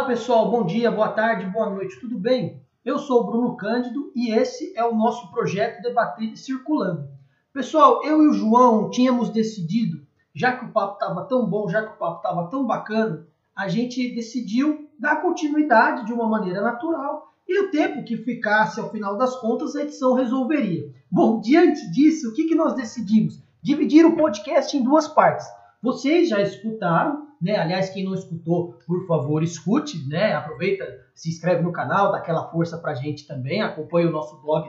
Fala pessoal, bom dia, boa tarde, boa noite, tudo bem? Eu sou o Bruno Cândido e esse é o nosso projeto Debater Circulando. Pessoal, eu e o João tínhamos decidido, já que o papo estava tão bom, já que o papo estava tão bacana, a gente decidiu dar continuidade de uma maneira natural e o tempo que ficasse ao final das contas a edição resolveria. Bom, diante disso, o que nós decidimos? Dividir o podcast em duas partes. Vocês já escutaram, né? Aliás, quem não escutou, por favor, escute, né? Aproveita, se inscreve no canal, dá aquela força pra gente também, acompanha o nosso blog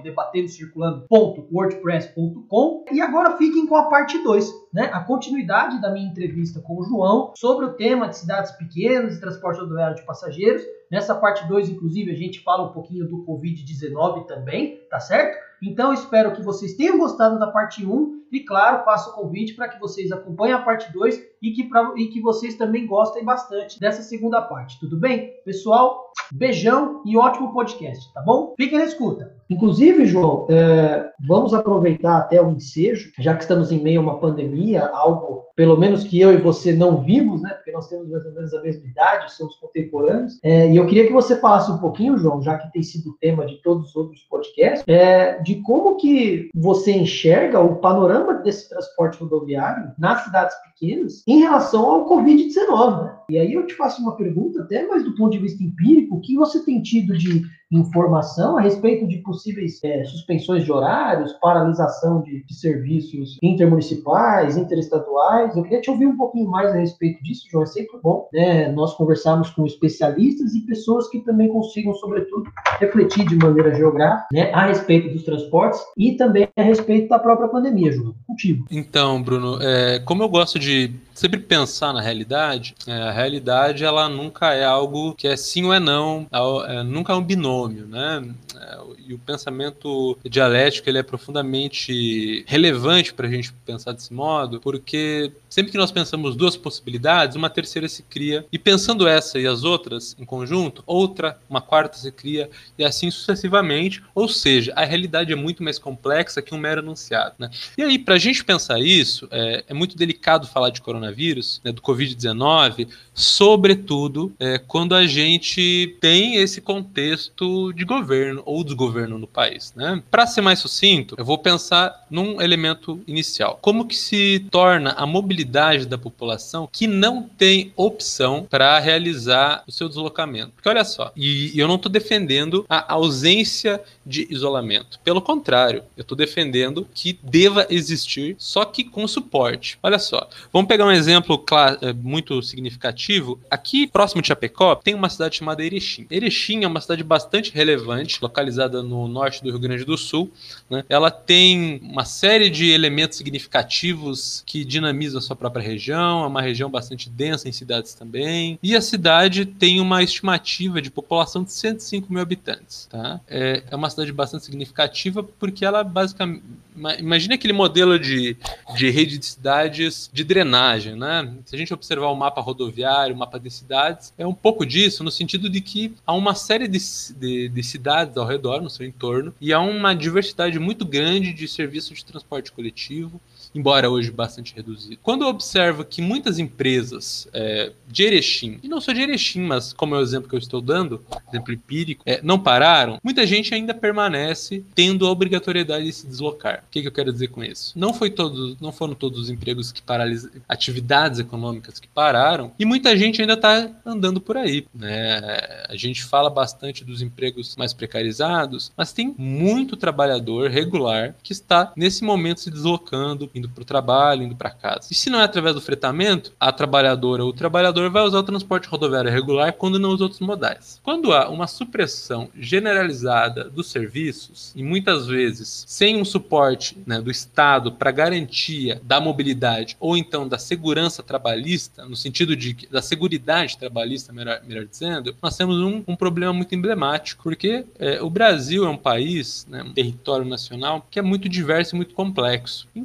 debatendocirculando.wordpress.com e agora fiquem com a parte 2, né? A continuidade da minha entrevista com o João sobre o tema de cidades pequenas e transporte rodoviário de passageiros. Nessa parte 2, inclusive, a gente fala um pouquinho do Covid-19 também, tá certo? Então, espero que vocês tenham gostado da parte 1 e, claro, faço o convite para que vocês acompanhem a parte 2 e que vocês também gostem bastante dessa segunda parte, tudo bem? Pessoal, beijão e ótimo podcast, tá bom? Fiquem na escuta. Inclusive, João, vamos aproveitar até o ensejo, já que estamos em meio a uma pandemia, algo, pelo menos que eu e você não vimos, né? Porque nós temos mais ou menos a mesma idade, somos contemporâneos. E eu queria que você falasse um pouquinho, João, já que tem sido o tema de todos os outros podcasts, de como que você enxerga o panorama desse transporte rodoviário nas cidades pequenas em relação ao Covid-19, né? E aí eu te faço uma pergunta, até mais do ponto de vista empírico, o que você tem tido de informação a respeito de possíveis suspensões de horários, paralisação de serviços intermunicipais, interestaduais? Eu queria te ouvir um pouquinho mais a respeito disso, João. É sempre bom, né, nós conversarmos com especialistas e pessoas que também consigam, sobretudo, refletir de maneira geográfica, né, a respeito dos transportes e também a respeito da própria pandemia, João. Contigo. Então, Bruno, como eu gosto de sempre pensar na realidade, a realidade ela nunca é algo que é sim ou é não, nunca é um binômio, né? E o pensamento dialético ele é profundamente relevante para a gente pensar desse modo, porque sempre que nós pensamos duas possibilidades, uma terceira se cria, e pensando essa e as outras em conjunto, uma quarta se cria, e assim sucessivamente, ou seja, a realidade é muito mais complexa que um mero enunciado, né? E aí, para a gente pensar isso, é muito delicado falar de coronavírus, né, do Covid-19, sobretudo quando a gente tem esse contexto de governo ou desgoverno no país, né? Para ser mais sucinto, eu vou pensar num elemento inicial. Como que se torna a mobilidade da população que não tem opção para realizar o seu deslocamento? Porque olha só, e eu não estou defendendo a ausência de isolamento. Pelo contrário, eu estou defendendo que deva existir, só que com suporte. Olha só, vamos pegar um exemplo muito significativo. Aqui, próximo de Chapecó, tem uma cidade chamada Erechim. Erechim é uma cidade bastante relevante, localizada no norte do Rio Grande do Sul, né? Ela tem uma série de elementos significativos que dinamizam a sua própria região, é uma região bastante densa em cidades também, e a cidade tem uma estimativa de população de 105 mil habitantes. Tá? É uma cidade bastante significativa porque ela basicamente... Imagina aquele modelo de rede de cidades de drenagem, né? Se a gente observar o mapa rodoviário, o mapa de cidades, é um pouco disso, no sentido de que há uma série de cidades ao redor, no seu entorno, e há uma diversidade muito grande de serviços de transporte coletivo, embora hoje bastante reduzido. Quando eu observo que muitas empresas de Erechim, e não só de Erechim, mas como é o exemplo que eu estou dando, exemplo empírico, não pararam, muita gente ainda permanece tendo a obrigatoriedade de se deslocar. O que eu quero dizer com isso? Não foram todos os empregos que paralisaram, atividades econômicas que pararam, e muita gente ainda está andando por aí, né? A gente fala bastante dos empregos mais precarizados, mas tem muito trabalhador regular que está nesse momento se deslocando, indo para o trabalho, indo para casa. E se não é através do fretamento, a trabalhadora ou o trabalhador vai usar o transporte rodoviário regular quando não os outros modais. Quando há uma supressão generalizada dos serviços, e muitas vezes sem um suporte, né, do Estado para garantia da mobilidade ou então da segurança trabalhista, no sentido da seguridade trabalhista, melhor dizendo, nós temos um problema muito emblemático, porque o Brasil é um país, né, um território nacional que é muito diverso e muito complexo. Então,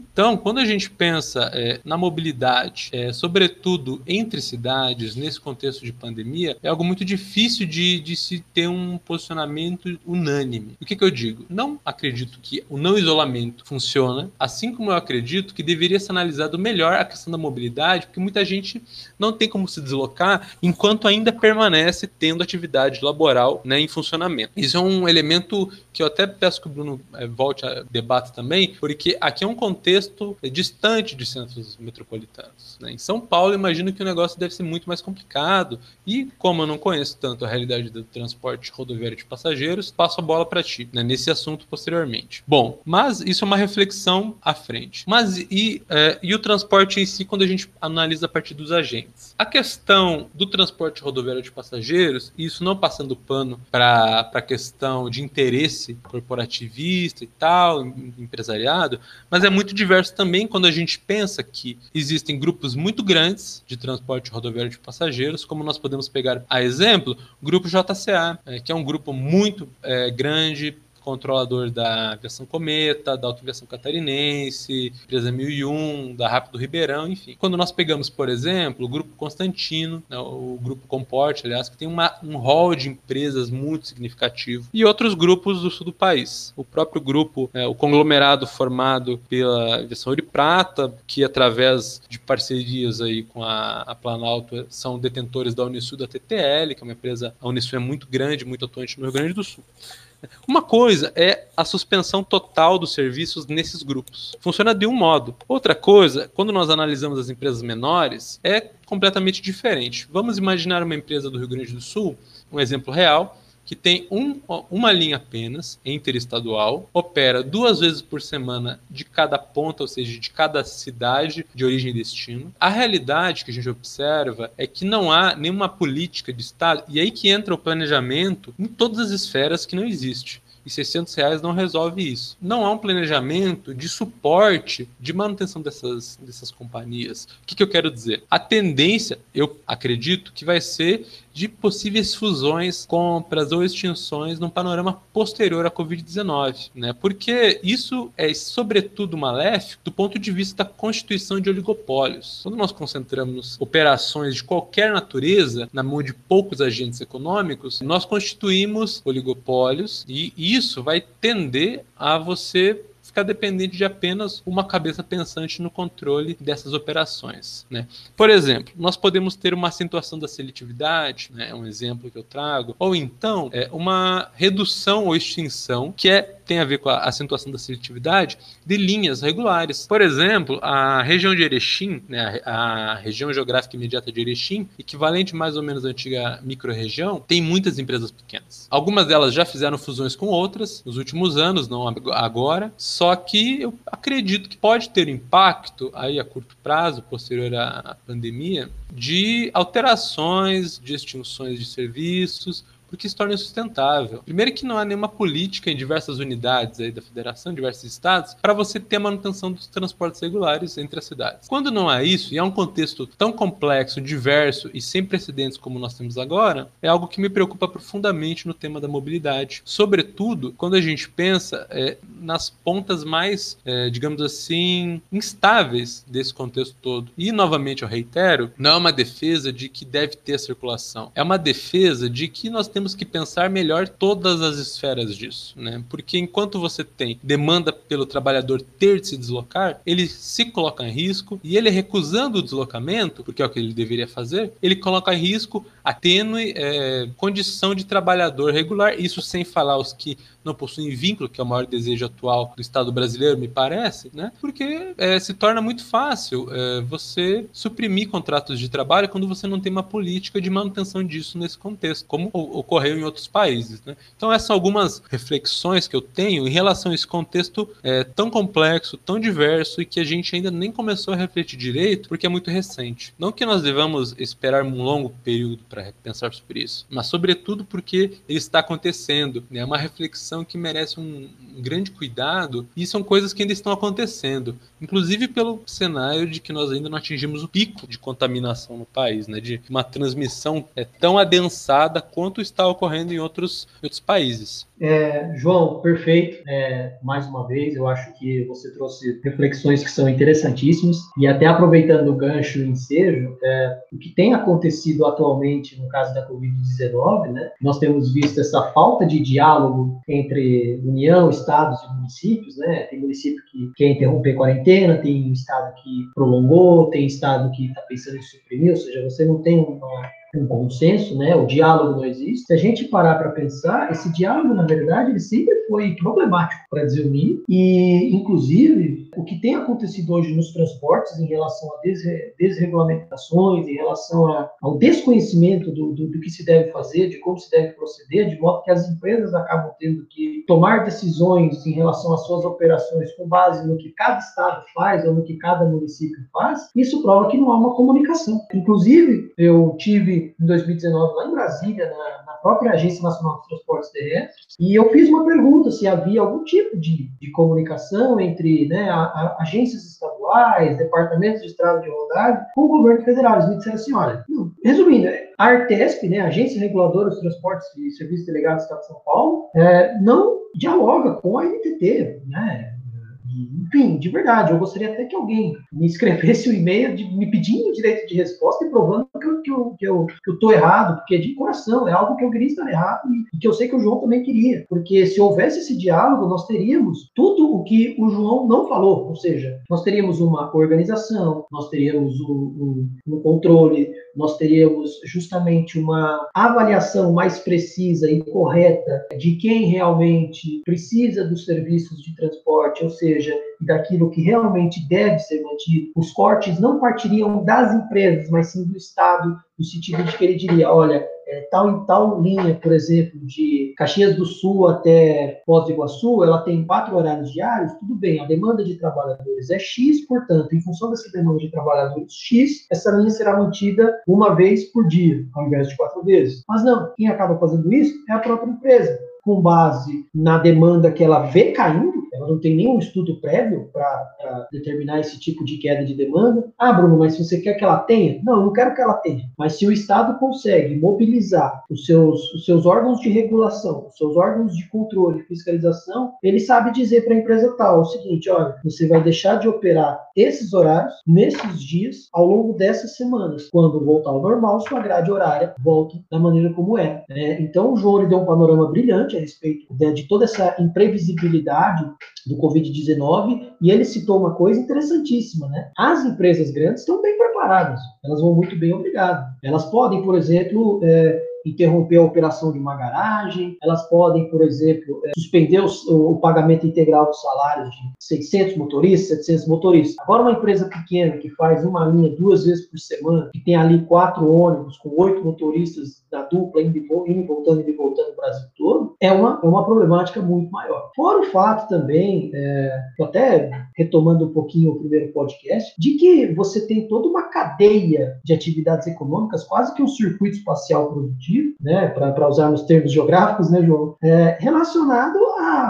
quando a gente pensa na mobilidade, sobretudo entre cidades, nesse contexto de pandemia, é algo muito difícil de se ter um posicionamento unânime. O que eu digo? Não acredito que o não isolamento funciona, assim como eu acredito que deveria ser analisado melhor a questão da mobilidade, porque muita gente não tem como se deslocar enquanto ainda permanece tendo atividade laboral, né, em funcionamento. Isso é um elemento que eu até peço que o Bruno volte a debate também, porque aqui é um contexto distante de centros metropolitanos, né? Em São Paulo, imagino que o negócio deve ser muito mais complicado, e como eu não conheço tanto a realidade do transporte rodoviário de passageiros, passo a bola para ti, né, nesse assunto posteriormente. Bom, mas isso é uma reflexão à frente. Mas e o transporte em si, quando a gente analisa a partir dos agentes? A questão do transporte rodoviário de passageiros, e isso não passando pano para a questão de interesse corporativista e tal, empresariado, mas é muito diverso também quando a gente pensa que existem grupos muito grandes de transporte rodoviário de passageiros, como nós podemos pegar a exemplo, o grupo JCA, que é um grupo muito grande, controlador da Aviação Cometa, da Autoaviação Catarinense, Empresa 1001, da Rápido Ribeirão, enfim. Quando nós pegamos, por exemplo, o Grupo Constantino, né, o Grupo Comporte, aliás, que tem um rol de empresas muito significativo, e outros grupos do sul do país. O próprio grupo, o conglomerado formado pela Aviação Ouro e Prata, que através de parcerias aí com a Planalto são detentores da Unisul e da TTL, que é uma empresa, a Unisul é muito grande, muito atuante no Rio Grande do Sul. Uma coisa é a suspensão total dos serviços nesses grupos. Funciona de um modo. Outra coisa, quando nós analisamos as empresas menores, é completamente diferente. Vamos imaginar uma empresa do Rio Grande do Sul, um exemplo real, que tem uma linha apenas, interestadual, opera 2 vezes por semana de cada ponta, ou seja, de cada cidade de origem e destino. A realidade que a gente observa é que não há nenhuma política de Estado, e aí que entra o planejamento em todas as esferas que não existe. E R$600 não resolve isso. Não há um planejamento de suporte, de manutenção dessas companhias. O que eu quero dizer? A tendência, eu acredito, que vai ser de possíveis fusões, compras ou extinções num panorama posterior à Covid-19, né? Porque isso é, sobretudo, maléfico do ponto de vista da constituição de oligopólios. Quando nós concentramos operações de qualquer natureza na mão de poucos agentes econômicos, nós constituímos oligopólios e isso vai tender a você ficar dependente de apenas uma cabeça pensante no controle dessas operações, né? Por exemplo, nós podemos ter uma acentuação da seletividade, né, um exemplo que eu trago, ou então uma redução ou extinção que tem a ver com a acentuação da seletividade de linhas regulares. Por exemplo, a região de Erechim, né, a região geográfica imediata de Erechim, equivalente mais ou menos à antiga micro-região, tem muitas empresas pequenas. Algumas delas já fizeram fusões com outras nos últimos anos, não agora, só que eu acredito que pode ter impacto aí a curto prazo, posterior à pandemia, de alterações, de extinções de serviços, porque se torna insustentável. Primeiro que não há nenhuma política em diversas unidades aí da federação, diversos estados, para você ter a manutenção dos transportes regulares entre as cidades. Quando não há isso, e há um contexto tão complexo, diverso e sem precedentes como nós temos agora, é algo que me preocupa profundamente no tema da mobilidade. Sobretudo, quando a gente pensa nas pontas mais, digamos assim, instáveis desse contexto todo. E, novamente, eu reitero, não é uma defesa de que deve ter circulação. É uma defesa de que nós temos que pensar melhor todas as esferas disso, né? Porque enquanto você tem demanda pelo trabalhador ter de se deslocar, ele se coloca em risco e ele recusando o deslocamento, porque é o que ele deveria fazer, ele coloca em risco a tênue condição de trabalhador regular, isso sem falar os que não possuem vínculo, que é o maior desejo atual do Estado brasileiro, me parece, né? Porque se torna muito fácil você suprimir contratos de trabalho quando você não tem uma política de manutenção disso nesse contexto, como ocorreu em outros países, né? Então essas são algumas reflexões que eu tenho em relação a esse contexto tão complexo, tão diverso e que a gente ainda nem começou a refletir direito porque é muito recente. Não que nós devamos esperar um longo período para pensar sobre isso, mas sobretudo porque ele está acontecendo, né? É uma reflexão que merece um grande cuidado e são coisas que ainda estão acontecendo, inclusive pelo cenário de que nós ainda não atingimos o pico de contaminação no país, né? De uma transmissão tão adensada quanto está está ocorrendo em outros países. João, perfeito. Mais uma vez, eu acho que você trouxe reflexões que são interessantíssimas. E até aproveitando o gancho e ensejo, o que tem acontecido atualmente no caso da Covid-19, né? Nós temos visto essa falta de diálogo entre União, estados e municípios, né? Tem município que quer interromper a quarentena, tem estado que prolongou, tem estado que está pensando em suprimir, ou seja, você não tem um consenso, né? O diálogo não existe. Se a gente parar para pensar, esse diálogo, na verdade, ele sempre foi problemático, para dizer o mínimo, e, inclusive, o que tem acontecido hoje nos transportes em relação a desregulamentações, em relação ao desconhecimento do que se deve fazer, de como se deve proceder, de modo que as empresas acabam tendo que tomar decisões em relação às suas operações com base no que cada estado faz ou no que cada município faz, isso prova que não há uma comunicação. Inclusive, eu tive em 2019 lá em Brasília, na própria Agência Nacional dos Transportes Terrestres, e eu fiz uma pergunta se havia algum tipo de comunicação entre, né, agências estaduais, departamentos de estrada de rodagem, com o governo federal. Eles me disseram assim, olha, resumindo, a Artesp, né, a Agência Reguladora dos Transportes e Serviços Delegados do Estado de São Paulo, não dialoga com a ANTT, né? Enfim, de verdade, eu gostaria até que alguém me escrevesse um e-mail me pedindo direito de resposta e provando que eu estou errado, porque de coração é algo que eu queria estar errado e que eu sei que o João também queria. Porque se houvesse esse diálogo, nós teríamos tudo o que o João não falou, ou seja, nós teríamos uma organização, nós teríamos um controle, nós teríamos justamente uma avaliação mais precisa e correta de quem realmente precisa dos serviços de transporte, ou seja, daquilo que realmente deve ser mantido. Os cortes não partiriam das empresas, mas sim do Estado, no sentido de que ele diria, olha, tal linha, por exemplo, de Caxias do Sul até Foz do Iguaçu, ela tem 4 horários diários, tudo bem, a demanda de trabalhadores é X, portanto, em função dessa demanda de trabalhadores X, essa linha será mantida uma vez por dia, ao invés de 4 vezes. Mas não, quem acaba fazendo isso é a própria empresa, com base na demanda que ela vê caindo, ela não tem nenhum estudo prévio para determinar esse tipo de queda de demanda. Ah, Bruno, mas se você quer que ela tenha? Não, eu não quero que ela tenha. Mas se o Estado consegue mobilizar os seus órgãos de regulação, os seus órgãos de controle e fiscalização, ele sabe dizer para a empresa tal o seguinte, olha, você vai deixar de operar esses horários, nesses dias, ao longo dessas semanas. Quando voltar ao normal, sua grade horária volta da maneira como é. Então, o João deu um panorama brilhante a respeito de toda essa imprevisibilidade do Covid-19, e ele citou uma coisa interessantíssima, né? As empresas grandes estão bem preparadas, elas vão muito bem, obrigado. Elas podem, por exemplo, interromper a operação de uma garagem, elas podem, por exemplo, suspender o pagamento integral dos salários de 600 motoristas, 700 motoristas. Agora, uma empresa pequena que faz uma linha 2 vezes por semana, que tem ali 4 ônibus com 8 motoristas na dupla, indo e voltando no Brasil todo, é uma problemática muito maior. Fora o fato também, até retomando um pouquinho o primeiro podcast, de que você tem toda uma cadeia de atividades econômicas, quase que um circuito espacial produtivo, né, para usarmos termos geográficos, né, João, relacionado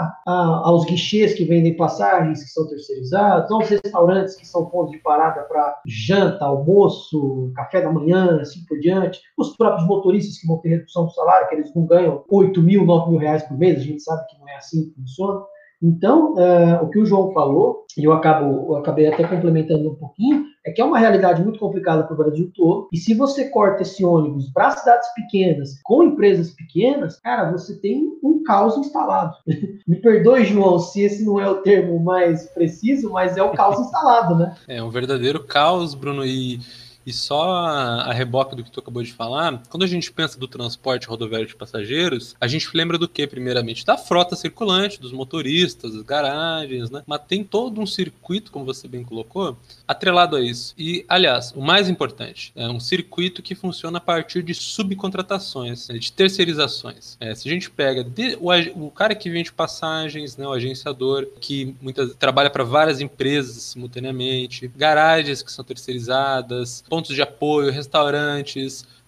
aos guichês que vendem passagens que são terceirizados, aos restaurantes que são pontos de parada para janta, almoço, café da manhã, assim por diante, os próprios motoristas que vão ter redução do salário, que eles não ganham 8 mil, 9 mil reais por mês, a gente sabe que não é assim que funciona. Então, o que o João falou, e eu acabei até complementando um pouquinho, é que é uma realidade muito complicada para o Brasil todo, e se você corta esse ônibus para cidades pequenas, com empresas pequenas, cara, você tem um caos instalado. Me perdoe, João, se esse não é o termo mais preciso, mas é o caos instalado, né? É um verdadeiro caos, Bruno, e só a reboque do que tu acabou de falar, quando a gente pensa do transporte rodoviário de passageiros, a gente lembra do quê, primeiramente? Da frota circulante, dos motoristas, das garagens, né? Mas tem todo um circuito, como você bem colocou, atrelado a isso. E, aliás, o mais importante, é um circuito que funciona a partir de subcontratações, de terceirizações. Se a gente pega o cara que vende passagens, né, o agenciador, que trabalha para várias empresas simultaneamente, garagens que são terceirizadas, pontos de apoio, restaurantes,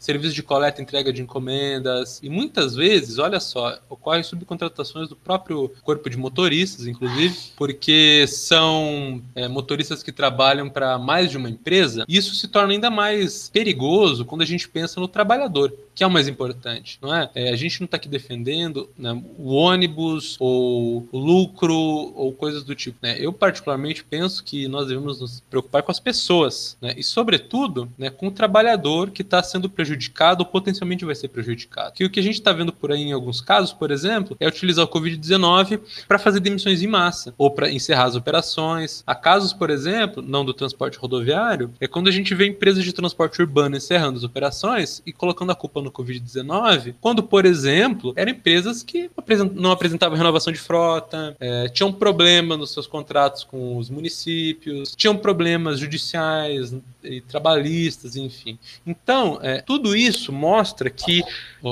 serviço de coleta e entrega de encomendas, e muitas vezes, olha só, ocorrem subcontratações do próprio corpo de motoristas, inclusive, porque são motoristas que trabalham para mais de uma empresa, e isso se torna ainda mais perigoso quando a gente pensa no trabalhador, que é o mais importante, não é? A gente não está aqui defendendo, né, o ônibus, ou o lucro, ou coisas do tipo, né? Eu, particularmente, penso que nós devemos nos preocupar com as pessoas, né? E, sobretudo, né, com o trabalhador que está sendo prejudicado ou potencialmente vai ser prejudicado. Que o que a gente está vendo por aí em alguns casos, por exemplo, é utilizar o Covid-19 para fazer demissões em massa ou para encerrar as operações. Há casos, por exemplo, não do transporte rodoviário, é quando a gente vê empresas de transporte urbano encerrando as operações e colocando a culpa no Covid-19, quando, por exemplo, eram empresas que não apresentavam renovação de frota, tinham problema nos seus contratos com os municípios, tinham problemas judiciais e trabalhistas, enfim. Então, tudo isso mostra que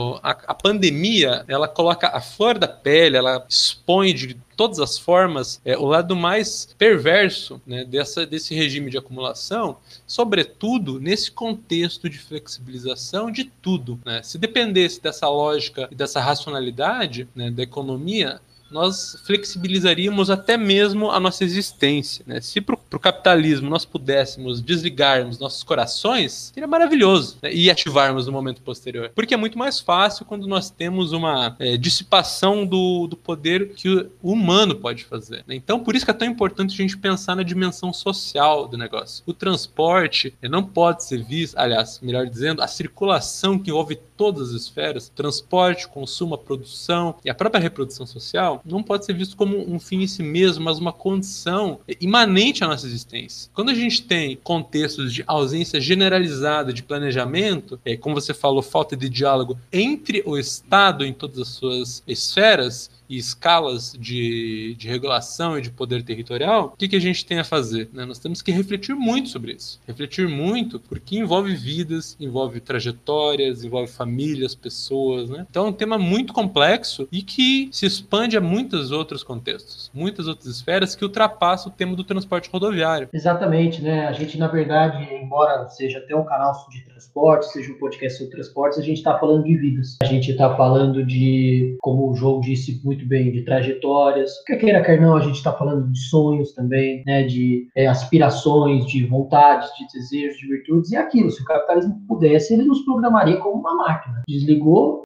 a pandemia, ela coloca a flor da pele, ela expõe de todas as formas o lado mais perverso, né, desse regime de acumulação, sobretudo nesse contexto de flexibilização de tudo, né? Se dependesse dessa lógica e dessa racionalidade, né, da economia, nós flexibilizaríamos até mesmo a nossa existência, né? Se para o capitalismo nós pudéssemos desligarmos nossos corações, seria maravilhoso, né? E ativarmos no momento posterior. Porque é muito mais fácil quando nós temos uma dissipação do poder que o humano pode fazer, né? Então, por isso que é tão importante a gente pensar na dimensão social do negócio. O transporte não pode ser visto, aliás, melhor dizendo, a circulação que envolve todas as esferas, transporte, consumo, a produção e a própria reprodução social, não pode ser visto como um fim em si mesmo, mas uma condição imanente à nossa existência. Quando a gente tem contextos de ausência generalizada de planejamento, como você falou, falta de diálogo entre o Estado em todas as suas esferas e escalas de regulação e de poder territorial, o que a gente tem a fazer, né? Nós temos que refletir muito sobre isso. Refletir muito porque envolve vidas, envolve trajetórias, envolve famílias, pessoas, né? Então é um tema muito complexo e que se expande a muitos outros contextos, muitas outras esferas que ultrapassam o tema do transporte rodoviário. Exatamente, né? A gente, na verdade, embora seja até um canal de transporte, seja um podcast sobre transportes, a gente está falando de vidas. A gente está falando de, como o João disse muito bem, de trajetórias. Quer queira, quer não, a gente está falando de sonhos também, né? De aspirações, de vontades, de desejos, de virtudes. E aquilo, se o capitalismo pudesse, ele nos programaria como uma máquina. Desligou,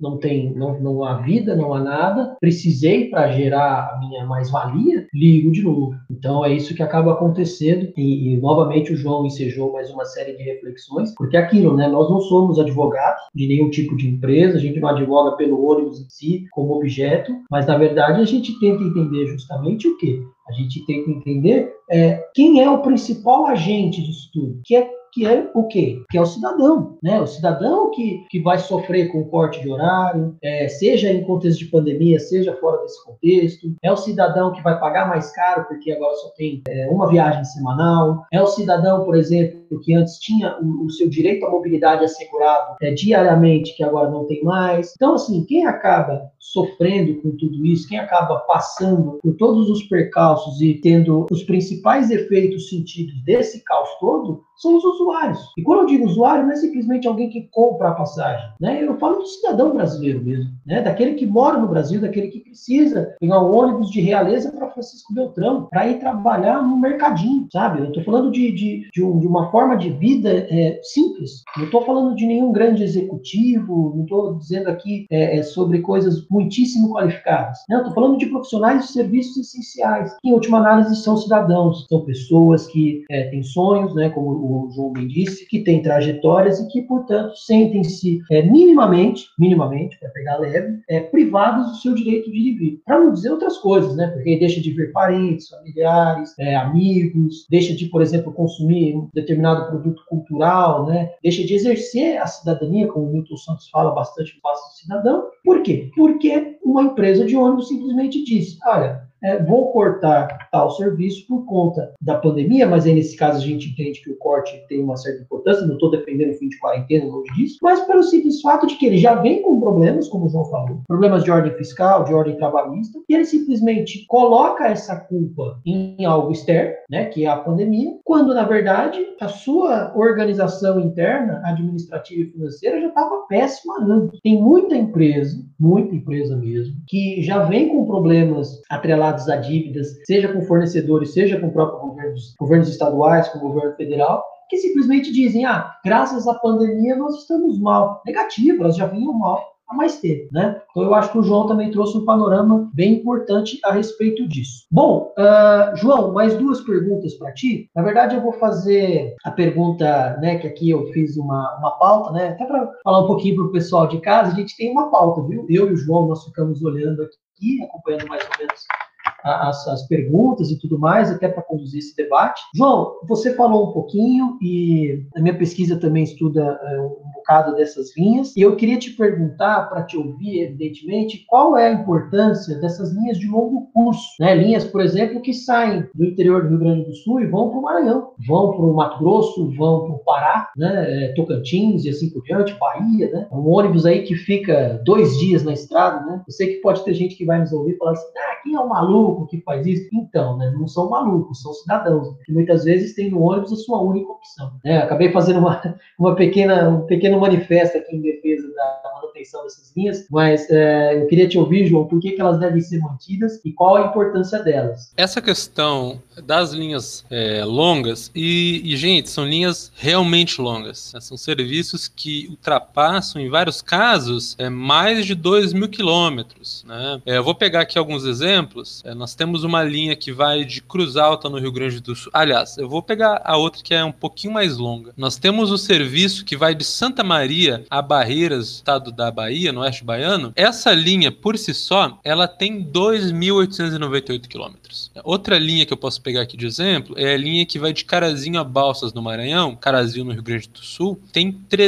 não há vida, não há nada. Precisei para gerar a minha mais-valia, ligo de novo. Então é isso que acaba acontecendo e novamente o João ensejou mais uma série de reflexões, porque aquilo, né, nós não somos advogados de nenhum tipo de empresa, a gente não advoga pelo ônibus em si como objeto, mas na verdade a gente tenta entender justamente o quê? A gente tenta entender quem é o principal agente disso tudo, que é o quê? Que é o cidadão, né? O cidadão que vai sofrer com corte de horário, seja em contexto de pandemia, seja fora desse contexto. É o cidadão que vai pagar mais caro porque agora só tem uma viagem semanal. É o cidadão, por exemplo, que antes tinha o seu direito à mobilidade assegurado diariamente, que agora não tem mais. Então, assim, quem acaba sofrendo com tudo isso, quem acaba passando por todos os percalços e tendo os principais efeitos sentidos desse caos todo, são os usuários. E quando eu digo usuário, não é simplesmente alguém que compra a passagem, né? Eu falo do cidadão brasileiro mesmo, né? Daquele que mora no Brasil, daquele que precisa pegar um ônibus de Realeza para Francisco Beltrão, para ir trabalhar no mercadinho, sabe? Eu estou falando de uma forma de vida simples. Não estou falando de nenhum grande executivo, não estou dizendo aqui sobre coisas muitíssimo qualificadas. Não, estou falando de profissionais de serviços essenciais, que em última análise são cidadãos, são pessoas que têm sonhos, né? Como o João bem disse, que tem trajetórias e que, portanto, sentem-se minimamente, para pegar leve, privados do seu direito de vir. Para não dizer outras coisas, né? Porque deixa de ver parentes, familiares, amigos, deixa de, por exemplo, consumir um determinado produto cultural, né? Deixa de exercer a cidadania, como o Milton Santos fala bastante no Passo do Cidadão. Por quê? Porque uma empresa de ônibus simplesmente disse, olha, vou cortar tal serviço por conta da pandemia, mas aí nesse caso a gente entende que o corte tem uma certa importância, não estou defendendo o fim de quarentena, longe disso, mas pelo simples fato de que ele já vem com problemas, como o João falou, problemas de ordem fiscal, de ordem trabalhista, e ele simplesmente coloca essa culpa em algo externo, né, que é a pandemia, quando na verdade a sua organização interna, administrativa e financeira já estava péssima antes. Tem muita empresa mesmo, que já vem com problemas atrelados a dívidas, seja com fornecedores, seja com o próprio governos estaduais, com o governo federal, que simplesmente dizem, graças à pandemia nós estamos mal. Negativo, elas já vinham mal há mais tempo, né? Então eu acho que o João também trouxe um panorama bem importante a respeito disso. Bom, João, mais duas perguntas para ti. Na verdade, eu vou fazer a pergunta, né, que aqui eu fiz uma pauta, né, até para falar um pouquinho para o pessoal de casa, a gente tem uma pauta, viu? Eu e o João, nós ficamos olhando aqui, acompanhando mais ou menos as perguntas e tudo mais, até para conduzir esse debate. João, você falou um pouquinho e a minha pesquisa também estuda um bocado dessas linhas, e eu queria te perguntar, para te ouvir, evidentemente, qual é a importância dessas linhas de longo curso, né? Linhas, por exemplo, que saem do interior do Rio Grande do Sul e vão para o Maranhão, vão para o Mato Grosso, vão para o Pará, né? Tocantins e assim por diante, Bahia, né? Um ônibus aí que fica 2 dias na estrada, né? Eu sei que pode ter gente que vai nos ouvir e falar assim, quem é o maluco que faz isso? Então, né, não são malucos, são cidadãos, que muitas vezes têm no ônibus a sua única opção. Acabei fazendo um pequeno manifesto aqui em defesa da manutenção dessas linhas, mas eu queria te ouvir, João, por que elas devem ser mantidas e qual a importância delas? Essa questão das linhas longas, gente, são linhas realmente longas, né? São serviços que ultrapassam, em vários casos, mais de 2.000 quilômetros, né? Eu vou pegar aqui alguns exemplos. Nós temos uma linha que vai de Cruz Alta, no Rio Grande do Sul. Aliás, eu vou pegar a outra que é um pouquinho mais longa. Nós temos o serviço que vai de Santa Maria a Barreiras, estado da Bahia, no oeste baiano. Essa linha, por si só, ela tem 2.898 quilômetros. Outra linha que eu posso pegar aqui de exemplo é a linha que vai de Carazinho a Balsas, no Maranhão, Carazinho, no Rio Grande do Sul, tem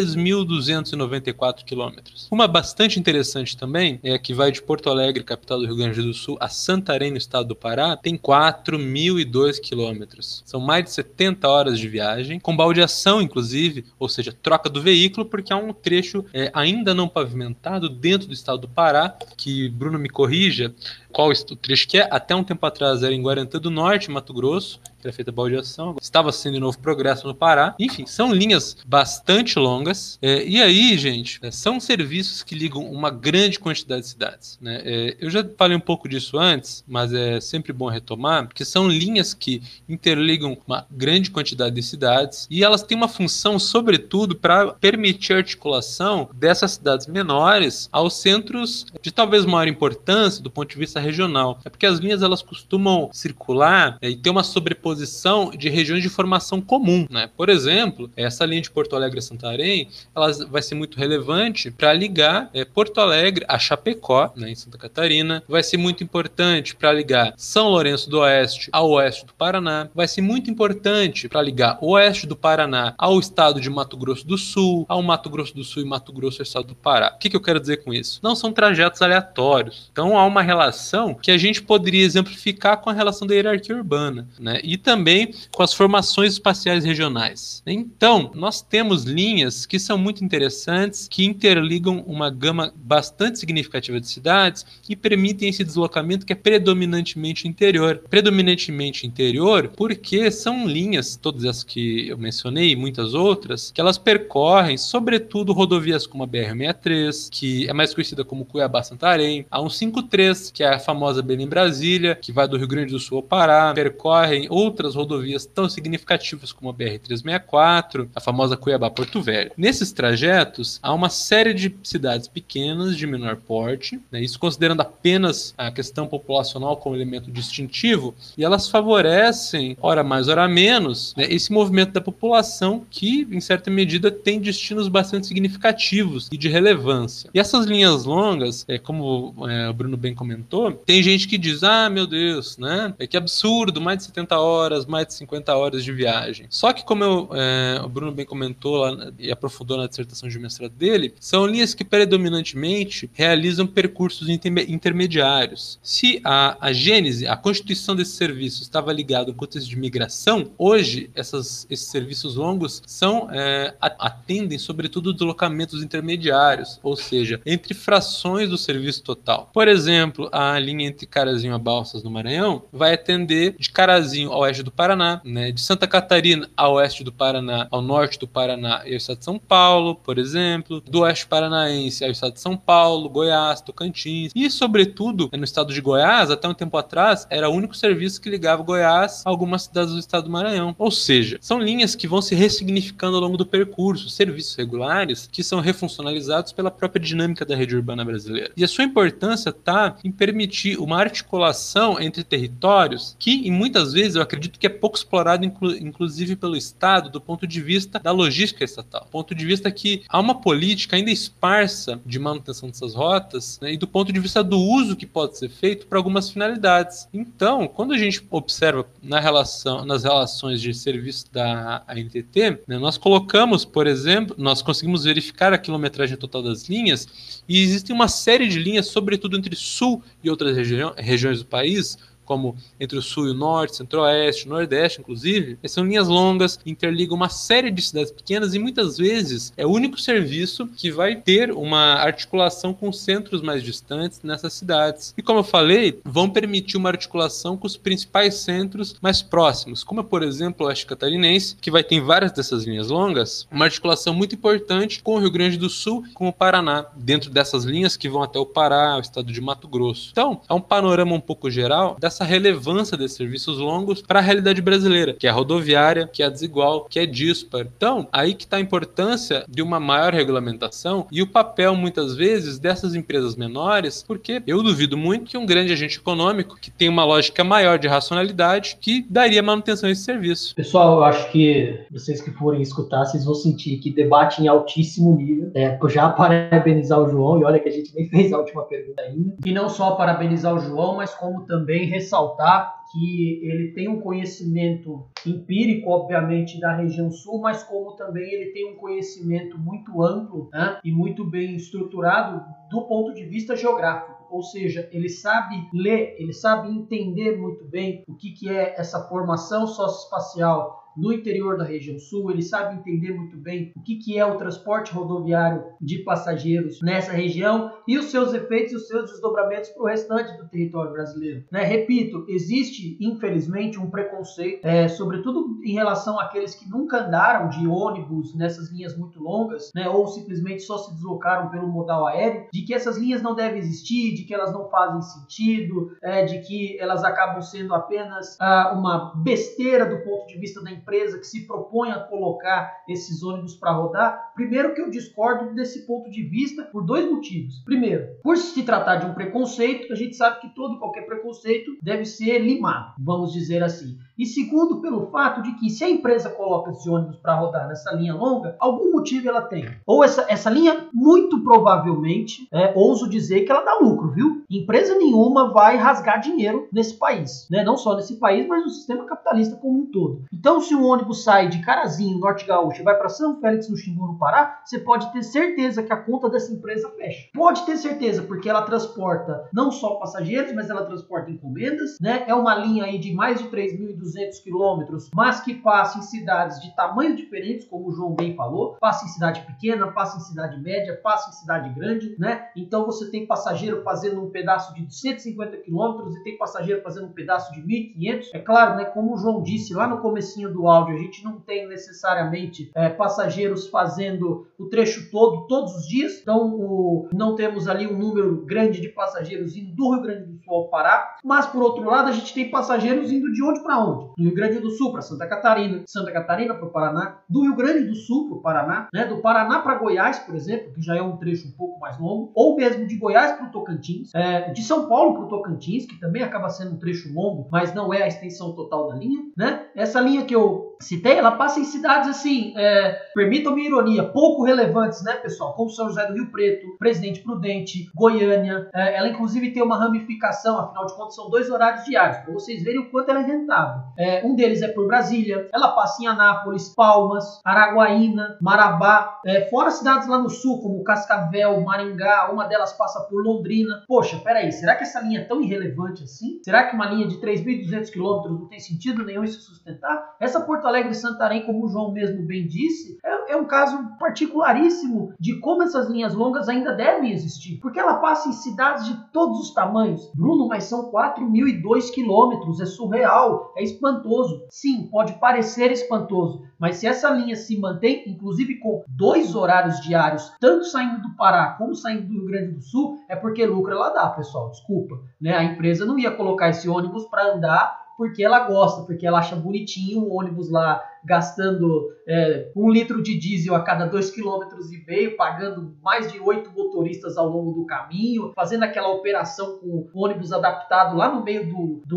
3.294 quilômetros. Uma bastante interessante também é a que vai de Porto Alegre, capital do Rio Grande do Sul, a Santarém, no estado do Pará, tem 4.002 quilômetros. São mais de 70 horas de viagem, com baldeação, inclusive, ou seja, troca do veículo, porque há um trecho ainda não pavimentado dentro do estado do Pará, que Bruno me corrija qual o trecho que é. Até um tempo atrás era em Guarantã do Norte, Mato Grosso, que era feita a baldeação, estava sendo em Novo Progresso, no Pará. Enfim, são linhas bastante longas, e aí, gente, são serviços que ligam uma grande quantidade de cidades, né? Eu já falei um pouco disso antes, mas é sempre bom retomar, porque são linhas que interligam uma grande quantidade de cidades, e elas têm uma função, sobretudo, para permitir a articulação dessas cidades menores aos centros de talvez maior importância do ponto de vista regional. É porque as linhas, elas costumam circular e ter uma sobreposição de regiões de formação comum, né? Por exemplo, essa linha de Porto Alegre a Santarém, ela vai ser muito relevante para ligar Porto Alegre a Chapecó, né, em Santa Catarina. Vai ser muito importante para ligar São Lourenço do Oeste ao oeste do Paraná. Vai ser muito importante para ligar o oeste do Paraná ao estado de Mato Grosso do Sul, ao Mato Grosso do Sul e Mato Grosso ao estado do Pará. O que eu quero dizer com isso? Não são trajetos aleatórios. Então há uma relação que a gente poderia exemplificar com a relação da hierarquia urbana, né? E também com as formações espaciais regionais. Então, nós temos linhas que são muito interessantes, que interligam uma gama bastante significativa de cidades e permitem esse deslocamento que é predominantemente interior. Predominantemente interior porque são linhas, todas essas que eu mencionei e muitas outras, que elas percorrem, sobretudo, rodovias como a BR-63, que é mais conhecida como Cuiabá-Santarém, a 153, que é a famosa Belém-Brasília, que vai do Rio Grande do Sul ao Pará, percorrem outras rodovias tão significativas como a BR-364, a famosa Cuiabá-Porto Velho. Nesses trajetos, há uma série de cidades pequenas, de menor porte, né, isso considerando apenas a questão populacional como elemento distintivo, e elas favorecem, ora mais, ora menos, né, esse movimento da população que, em certa medida, tem destinos bastante significativos e de relevância. E essas linhas longas, como o Bruno bem comentou, tem gente que diz, meu Deus, né? Que absurdo, mais de 70 horas, mais de 50 horas de viagem. Só que, como o Bruno bem comentou lá e aprofundou na dissertação de mestrado dele, são linhas que predominantemente realizam percursos intermediários. Se a gênese, a constituição desse serviço estava ligado ao contexto de migração, hoje esses serviços longos atendem sobretudo deslocamentos intermediários, ou seja, entre frações do serviço total. Por exemplo, a linha entre Carazinho a Balsas no Maranhão vai atender de Carazinho ao oeste do Paraná, né, de Santa Catarina ao oeste do Paraná, ao norte do Paraná e ao estado de São Paulo, por exemplo, do oeste paranaense ao estado de São Paulo, Goiás, Tocantins e, sobretudo, no estado de Goiás, até um tempo atrás, era o único serviço que ligava Goiás a algumas cidades do estado do Maranhão. Ou seja, são linhas que vão se ressignificando ao longo do percurso, serviços regulares que são refuncionalizados pela própria dinâmica da rede urbana brasileira. E a sua importância está em permitir uma articulação entre territórios que, e muitas vezes, eu acredito que é pouco explorado, inclusive pelo Estado, do ponto de vista da logística estatal. Do ponto de vista que há uma política ainda esparsa de manutenção dessas rotas, né, e do ponto de vista do uso que pode ser feito para algumas finalidades. Então, quando a gente observa nas relações de serviço da ANTT, né, nós colocamos, por exemplo, nós conseguimos verificar a quilometragem total das linhas e existem uma série de linhas, sobretudo entre sul e outras regiões do país, como entre o sul e o norte, centro-oeste, nordeste, inclusive, são linhas longas, interligam uma série de cidades pequenas e muitas vezes é o único serviço que vai ter uma articulação com centros mais distantes nessas cidades. E como eu falei, vão permitir uma articulação com os principais centros mais próximos, como por exemplo o oeste catarinense, que vai ter várias dessas linhas longas, uma articulação muito importante com o Rio Grande do Sul e com o Paraná, dentro dessas linhas que vão até o Pará, o estado de Mato Grosso. Então, é um panorama um pouco geral dessa relevância desses serviços longos para a realidade brasileira, que é rodoviária, que é desigual, que é dispar. Então, aí que está a importância de uma maior regulamentação e o papel, muitas vezes, dessas empresas menores, porque eu duvido muito que um grande agente econômico, que tem uma lógica maior de racionalidade, que daria manutenção a esse serviço. Pessoal, eu acho que vocês que forem escutar, vocês vão sentir que debate em altíssimo nível. Já parabenizar o João, e olha que a gente nem fez a última pergunta ainda. E não só parabenizar o João, mas como também ressaltar que ele tem um conhecimento empírico, obviamente, da região sul, mas como também ele tem um conhecimento muito amplo, né, e muito bem estruturado do ponto de vista geográfico. Ou seja, ele sabe ler, ele sabe entender muito bem o que é essa formação socioespacial no interior da região sul, ele sabe entender muito bem o que é o transporte rodoviário de passageiros nessa região e os seus efeitos e os seus desdobramentos para o restante do território brasileiro. Né? Repito, existe, infelizmente, um preconceito, sobretudo em relação àqueles que nunca andaram de ônibus nessas linhas muito longas, né? Ou simplesmente só se deslocaram pelo modal aéreo, de que essas linhas não devem existir, de que elas não fazem sentido, de que elas acabam sendo apenas uma besteira do ponto de vista da empresa que se propõe a colocar esses ônibus para rodar. Primeiro que eu discordo desse ponto de vista por dois motivos. Primeiro, por se tratar de um preconceito, a gente sabe que todo e qualquer preconceito deve ser limado, vamos dizer assim. E segundo, pelo fato de que se a empresa coloca esse ônibus para rodar nessa linha longa, algum motivo ela tem. Ou essa linha, muito provavelmente, ouso dizer que ela dá lucro, viu? Empresa nenhuma vai rasgar dinheiro nesse país, né? Não só nesse país, mas no sistema capitalista como um todo. Então, se um ônibus sai de Carazinho, Norte Gaúcho, e vai para São Félix no Xingu, no Pará, você pode ter certeza que a conta dessa empresa fecha. Pode ter certeza, porque ela transporta não só passageiros, mas ela transporta encomendas, né? É uma linha aí de mais de 3.200 quilômetros, mas que passa em cidades de tamanhos diferentes, como o João bem falou, passa em cidade pequena, passa em cidade média, passa em cidade grande, né? Então você tem passageiro fazendo um pedaço de 150 quilômetros e tem passageiro fazendo um pedaço de 1.500. É claro, né? Como o João disse lá no comecinho do áudio, a gente não tem necessariamente passageiros fazendo o trecho todo, todos os dias. Então não temos ali um número grande de passageiros indo do Rio Grande do Sul ao Pará, mas por outro lado a gente tem passageiros indo de onde para onde? Do Rio Grande do Sul para Santa Catarina, Santa Catarina para o Paraná, do Rio Grande do Sul para o Paraná, né? Do Paraná para Goiás, por exemplo, que já é um trecho um pouco mais longo, ou mesmo de Goiás para o Tocantins, de São Paulo para o Tocantins, que também acaba sendo um trecho longo, mas não é a extensão total da linha, né? Essa linha que eu citei, ela passa em cidades assim, permitam-me ironia, pouco relevantes, né, pessoal? Como São José do Rio Preto, Presidente Prudente, Goiânia. Ela, inclusive, tem uma ramificação, afinal de contas, são 2 horários diários, para vocês verem o quanto ela é rentável. Um deles é por Brasília, ela passa em Anápolis, Palmas, Araguaína, Marabá, fora cidades lá no sul, como Cascavel, Maringá, uma delas passa por Londrina. Poxa, peraí, será que essa linha é tão irrelevante assim? Será que uma linha de 3.200 quilômetros não tem sentido nenhum em se sustentar? Essa Porto Alegre e Santarém, como o João mesmo bem disse, é um caso particularíssimo de como essas linhas longas ainda devem existir, porque ela passa em cidades de todos os tamanhos. Bruno, mas são 4.002 quilômetros, é surreal, é espantoso. Sim, pode parecer espantoso, mas se essa linha se mantém, inclusive com 2 horários diários, tanto saindo do Pará como saindo do Rio Grande do Sul, é porque lucro ela dá, pessoal, desculpa, né? A empresa não ia colocar esse ônibus para andar porque ela gosta, porque ela acha bonitinho um ônibus lá gastando 1 litro de diesel a cada 2,5 km, pagando mais de 8 motoristas ao longo do caminho, fazendo aquela operação com o ônibus adaptado lá no meio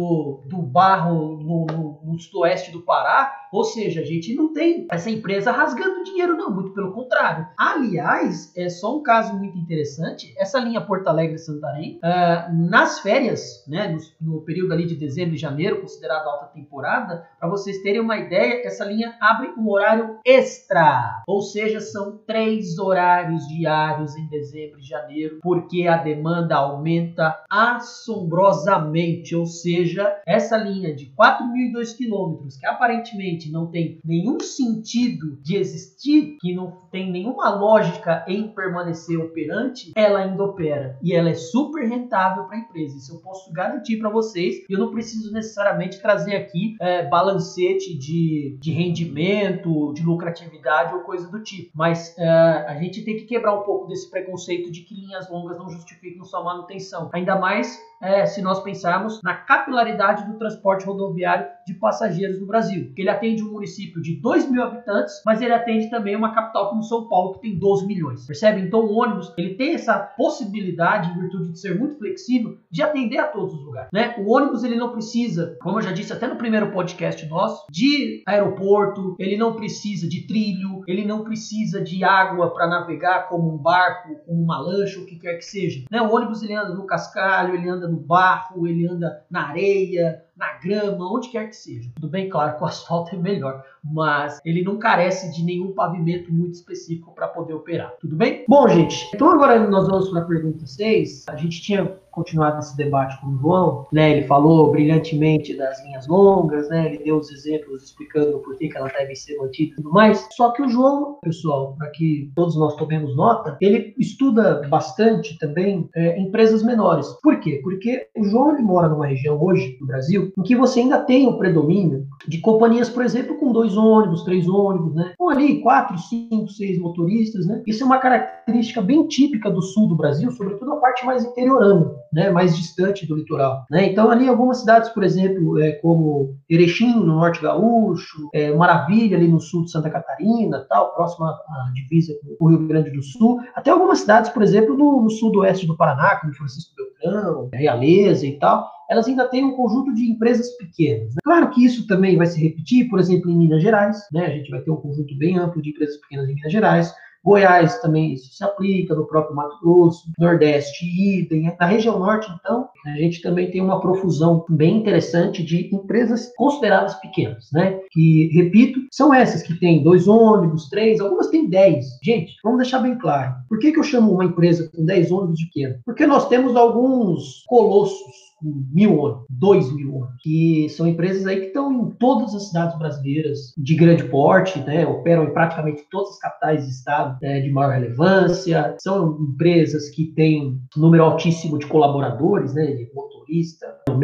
do barro no sudoeste do Pará. Ou seja, a gente não tem essa empresa rasgando dinheiro não, muito pelo contrário. Aliás, é só um caso muito interessante, essa linha Porto Alegre-Santarém, nas férias, né, no período ali de dezembro e janeiro, considerado alta temporada, para vocês terem uma ideia, essa linha abre um horário extra, ou seja, são 3 horários diários em dezembro e janeiro, porque a demanda aumenta assombrosamente, ou seja, essa linha de 4.002 quilômetros, que aparentemente não tem nenhum sentido de existir, que não tem nenhuma lógica em permanecer operante, ela ainda opera, e ela é super rentável para a empresa, isso eu posso garantir para vocês, e eu não preciso necessariamente trazer aqui balancete de rendimento, de lucratividade ou coisa do tipo. Mas a gente tem que quebrar um pouco desse preconceito de que linhas longas não justificam sua manutenção. Ainda mais se nós pensarmos na capilaridade do transporte rodoviário de passageiros no Brasil. Porque ele atende um município de 2.000 habitantes, mas ele atende também uma capital como São Paulo, que tem 12 milhões. Percebe? Então o ônibus ele tem essa possibilidade, em virtude de ser muito flexível, de atender a todos os lugares, né? O ônibus ele não precisa, como eu já disse até no primeiro podcast nosso, de aeroporto, ele não precisa de trilho, ele não precisa de água para navegar como um barco, como uma lancha, o que quer que seja, né? O ônibus ele anda no cascalho, ele anda no barro, ele anda na areia, na grama, onde quer que seja. Tudo bem, claro que o asfalto é melhor, mas ele não carece de nenhum pavimento muito específico para poder operar. Tudo bem? Bom, gente, então agora nós vamos para a pergunta 6. A gente tinha continuado esse debate com o João, né? Ele falou brilhantemente das linhas longas, né? Ele deu os exemplos explicando por que elas devem ser mantidas e tudo mais. Só que o João, pessoal, para que todos nós tomemos nota, ele estuda bastante também empresas menores. Por quê? Porque o João ele mora numa região hoje do Brasil em que você ainda tem o predomínio de companhias, por exemplo, com 2 ônibus, 3 ônibus, né? Com ali 4, 5, 6 motoristas, né? Isso é uma característica bem típica do sul do Brasil, sobretudo a parte mais interiorana, né? Mais distante do litoral, né? Então ali algumas cidades, por exemplo, como Erechim, no norte gaúcho, Maravilha, ali no sul de Santa Catarina, tal, próxima à divisa com o Rio Grande do Sul, até algumas cidades, por exemplo, no sudoeste do Paraná, como Francisco Beltrão, Realeza e tal, elas ainda têm um conjunto de empresas pequenas, né? Claro que isso também vai se repetir, por exemplo, em Minas Gerais, né? A gente vai ter um conjunto bem amplo de empresas pequenas em Minas Gerais. Goiás também isso se aplica, no próprio Mato Grosso, Nordeste, idem. Na região Norte, então, a gente também tem uma profusão bem interessante de empresas consideradas pequenas, né? Que, repito, são essas que têm 2 ônibus, 3, algumas têm 10. Gente, vamos deixar bem claro. Por que eu chamo uma empresa com 10 ônibus de pequena? Porque nós temos alguns colossos com 1.000 ônibus, 2.000 ônibus, que são empresas aí que estão em todas as cidades brasileiras de grande porte, né? Operam em praticamente todas as capitais de estado de maior relevância, são empresas que têm um número altíssimo de colaboradores, né? De motorista,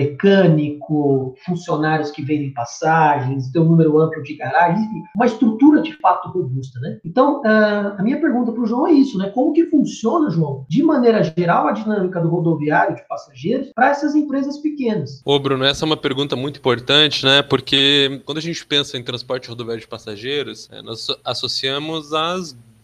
mecânico, funcionários que vendem passagens, tem um número amplo de garagens, enfim, uma estrutura de fato robusta, né? Então, a minha pergunta para o João é isso, né? Como que funciona, João, de maneira geral, a dinâmica do rodoviário de passageiros para essas empresas pequenas? Ô, Bruno, essa é uma pergunta muito importante, né? Porque quando a gente pensa em transporte rodoviário de passageiros, nós associamos as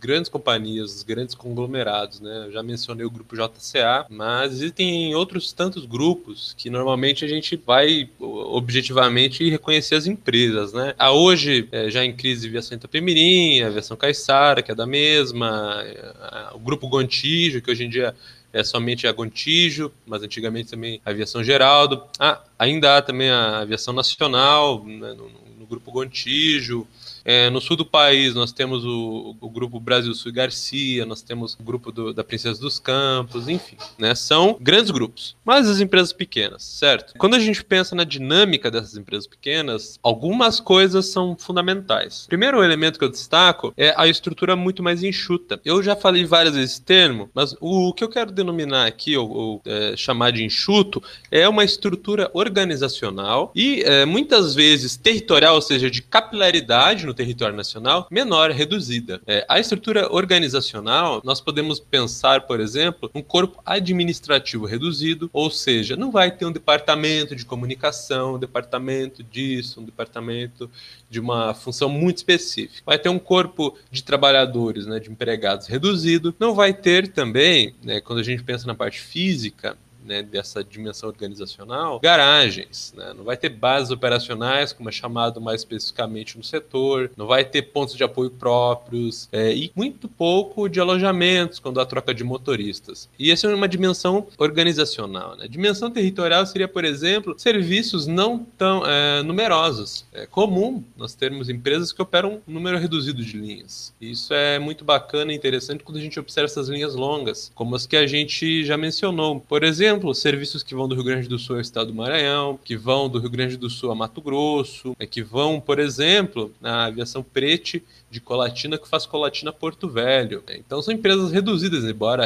grandes companhias, os grandes conglomerados, né? Eu já mencionei o grupo JCA, mas existem outros tantos grupos que normalmente a gente vai objetivamente reconhecer as empresas, né? Há hoje, já em crise, a aviação Itapemirim, a aviação Caiçara, que é da mesma, o grupo Gontijo, que hoje em dia é somente a Gontijo, mas antigamente também a aviação Geraldo. Ainda há também a aviação nacional, né, no grupo Gontijo. No sul do país nós temos o grupo Brasil Sul e Garcia, nós temos o grupo da Princesa dos Campos, enfim, né? São grandes grupos, mas as empresas pequenas, certo? Quando a gente pensa na dinâmica dessas empresas pequenas, algumas coisas são fundamentais. O primeiro elemento que eu destaco é a estrutura muito mais enxuta. Eu já falei várias vezes esse termo, mas o que eu quero denominar aqui, ou chamar de enxuto, é uma estrutura organizacional e muitas vezes territorial, ou seja, de capilaridade no território nacional, menor, reduzida. A estrutura organizacional, nós podemos pensar, por exemplo, um corpo administrativo reduzido, ou seja, não vai ter um departamento de comunicação, um departamento disso, um departamento de uma função muito específica. Vai ter um corpo de trabalhadores, né, de empregados reduzido. Não vai ter também, né, quando a gente pensa na parte física, né, dessa dimensão organizacional, garagens, né? Não vai ter bases operacionais, como é chamado mais especificamente no setor, não vai ter pontos de apoio próprios, e muito pouco de alojamentos quando há troca de motoristas. E essa é uma dimensão organizacional, né? Dimensão territorial seria, por exemplo, serviços não tão numerosos. É comum nós termos empresas que operam um número reduzido de linhas. Isso é muito bacana e interessante quando a gente observa essas linhas longas, como as que a gente já mencionou. Por exemplo, serviços que vão do Rio Grande do Sul ao estado do Maranhão, que vão do Rio Grande do Sul a Mato Grosso, que vão, por exemplo, na aviação Prete de Colatina, que faz Colatina a Porto Velho. Então são empresas reduzidas, embora